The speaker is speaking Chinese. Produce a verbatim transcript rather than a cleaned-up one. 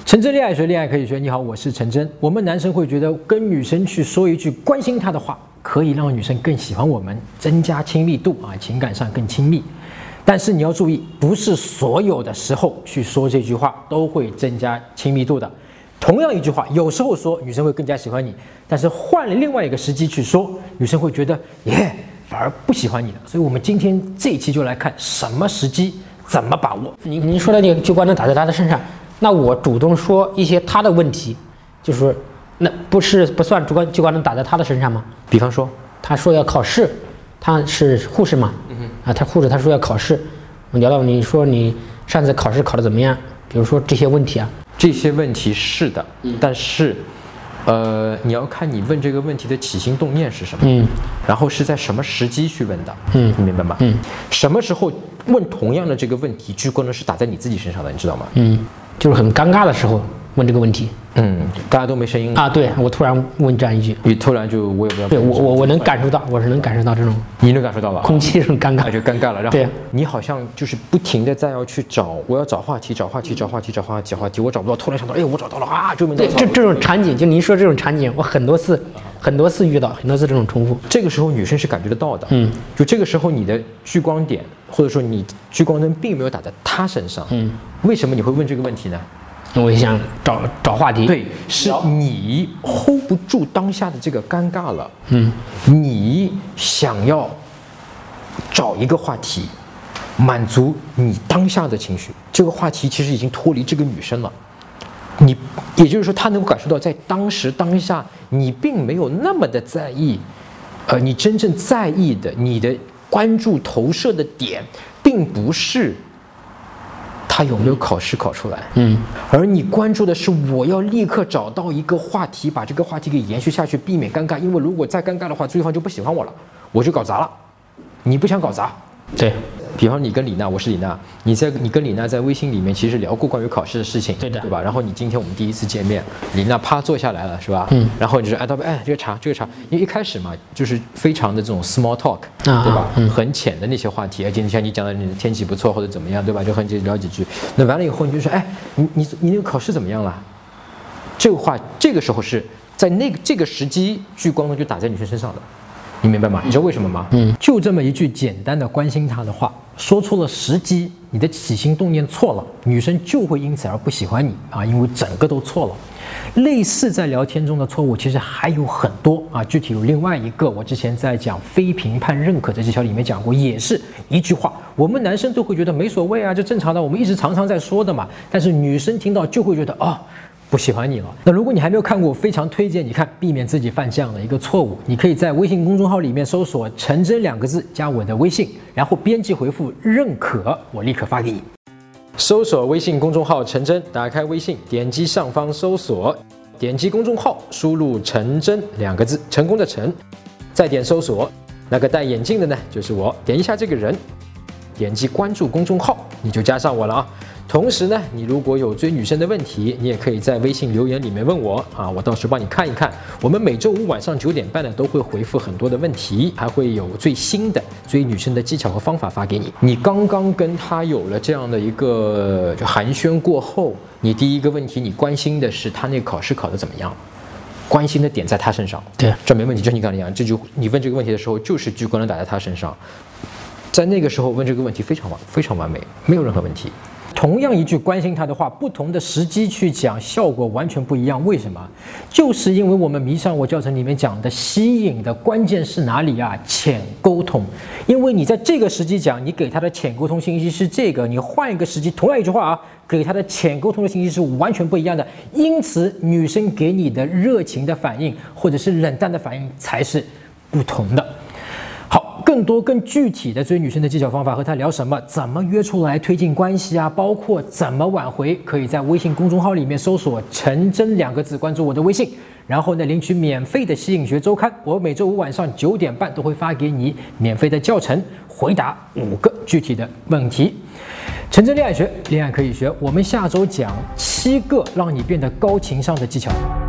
陈真恋爱学，恋爱可以学。你好，我是陈真。我们男生会觉得跟女生去说一句关心她的话，可以让女生更喜欢我们，增加亲密度啊，情感上更亲密。但是你要注意，不是所有的时候去说这句话都会增加亲密度的。同样一句话，有时候说女生会更加喜欢你，但是换了另外一个时机去说，女生会觉得耶，反而不喜欢你了。所以我们今天这一期就来看什么时机怎么把握。 您您说的那个聚光灯打在他的身上，那我主动说一些他的问题，就是那不是不算聚光聚光灯打在他的身上吗？ 比方说， 他说要考试，他是护士嘛，嗯、啊，他护士他说要考试，我聊到你说你上次考试考得怎么样？比如说这些问题啊， 这些问题是的，嗯、但是，呃，你要看你问这个问题的起心动念是什么，嗯，然后是在什么时机去问的，嗯，你明白吗？嗯，什么时候问同样的这个问题，聚光灯是打在你自己身上的，你知道吗？嗯， 就是很尴尬的时候问这个问题。 嗯，大家都没声音啊，对我突然问这样一句， 你突然就我也不知道， 对我我我能感受到，我是能感受到这种， 你能感受到吧？ 空气这种尴尬， 就尴尬了。然后对你好像就是不停的在要去找，我要找话题，找话题，找话题，找话题，找话题，我找不到，突然想到，哎，我找到了啊！就对，这这种场景，就您说这种场景，我很多次很多次遇到，很多次这种重复。 这个时候女生是感觉得到的，嗯，就这个时候你的聚光点或者说你聚光灯并没有打在她身上，嗯，为什么你会问这个问题呢？ 我想找找话题， 对，是你 hold 不住当下的这个尴尬了，嗯，你想要找一个话题，满足你当下的情绪。这个话题其实已经脱离这个女生了，你也就是说，她能够感受到，在当时当下，你并没有那么的在意，呃，你真正在意的，你的关注投射的点，并不是他有没有考试考出来，嗯，而你关注的是我要立刻找到一个话题，把这个话题给延续下去，避免尴尬。因为如果再尴尬的话，对方就不喜欢我了，我就搞砸了。你不想搞砸， 对。 比方你跟李娜，我是李娜，你在你跟李娜在微信里面其实聊过关于考试的事情， 对的， 对吧？然后你今天我们第一次见面，李娜啪坐下来了，是吧？嗯。然后你就说，哎，大伯，哎，这个茶，这个茶，因为一开始嘛，就是非常的这种 small talk，、啊、对吧？嗯。很浅的那些话题，而且像你讲的，你天气不错或者怎么样，对吧？就很聊几句。那完了以后，你就说，哎，你你你那个考试怎么样了？这个话，这个时候是在那个这个时机，聚光灯就打在女生身上的。你明白吗？你知道为什么吗？嗯，就这么一句简单的关心她的话，说出了时机，你的起心动念错了，女生就会因此而不喜欢你啊，因为整个都错了。类似在聊天中的错误，其实还有很多啊。具体有另外一个，我之前在讲非评判认可的技巧里面讲过，也是一句话，我们男生都会觉得没所谓啊，这正常的，我们一直常常在说的嘛。但是女生听到就会觉得啊。哦，不喜欢你了。那如果你还没有看过，我非常推荐你看，避免自己犯这样的一个错误。你可以在微信公众号里面搜索“陈真”两个字，加我的微信，然后编辑回复“认可”，我立刻发给你。搜索微信公众号“陈真”，打开微信，点击上方搜索，点击公众号，输入“陈真”两个字，成功的陈，再点搜索，那个戴眼镜的呢，就是我，点一下这个人，点击关注公众号，你就加上我了啊。同时呢，你如果有追女生的问题，你也可以在微信留言里面问我啊，我到时候帮你看一看。我们每周五晚上九点半呢，都会回复很多的问题，还会有最新的追女生的技巧和方法发给你。你刚刚跟她有了这样的一个就寒暄过后，你第一个问题，你关心的是她那个考试考得怎么样，关心的点在她身上， 对， 这没问题。就你刚才讲，这就你问这个问题的时候，就是聚光灯打在她身上，在那个时候问这个问题非常完非常完美，没有任何问题。同样一句关心他的话，不同的时机去讲，效果完全不一样。为什么？就是因为我们迷上我教程里面讲的吸引的关键是哪里啊？浅沟通。因为你在这个时机讲，你给他的浅沟通信息是这个，你换一个时机，同样一句话啊，给他的浅沟通的信息是完全不一样的。因此，女生给你的热情的反应或者是冷淡的反应才是不同的。更多更具体的追女生的技巧方法，和她聊什么，怎么约出来推进关系啊，包括怎么挽回，可以在微信公众号里面搜索“陈真”两个字，关注我的微信，然后呢领取免费的吸引学周刊，我每周五晚上九点半都会发给你免费的教程，回答五个具体的问题。陈真恋爱学，恋爱可以学。我们下周讲七个让你变得高情商的技巧。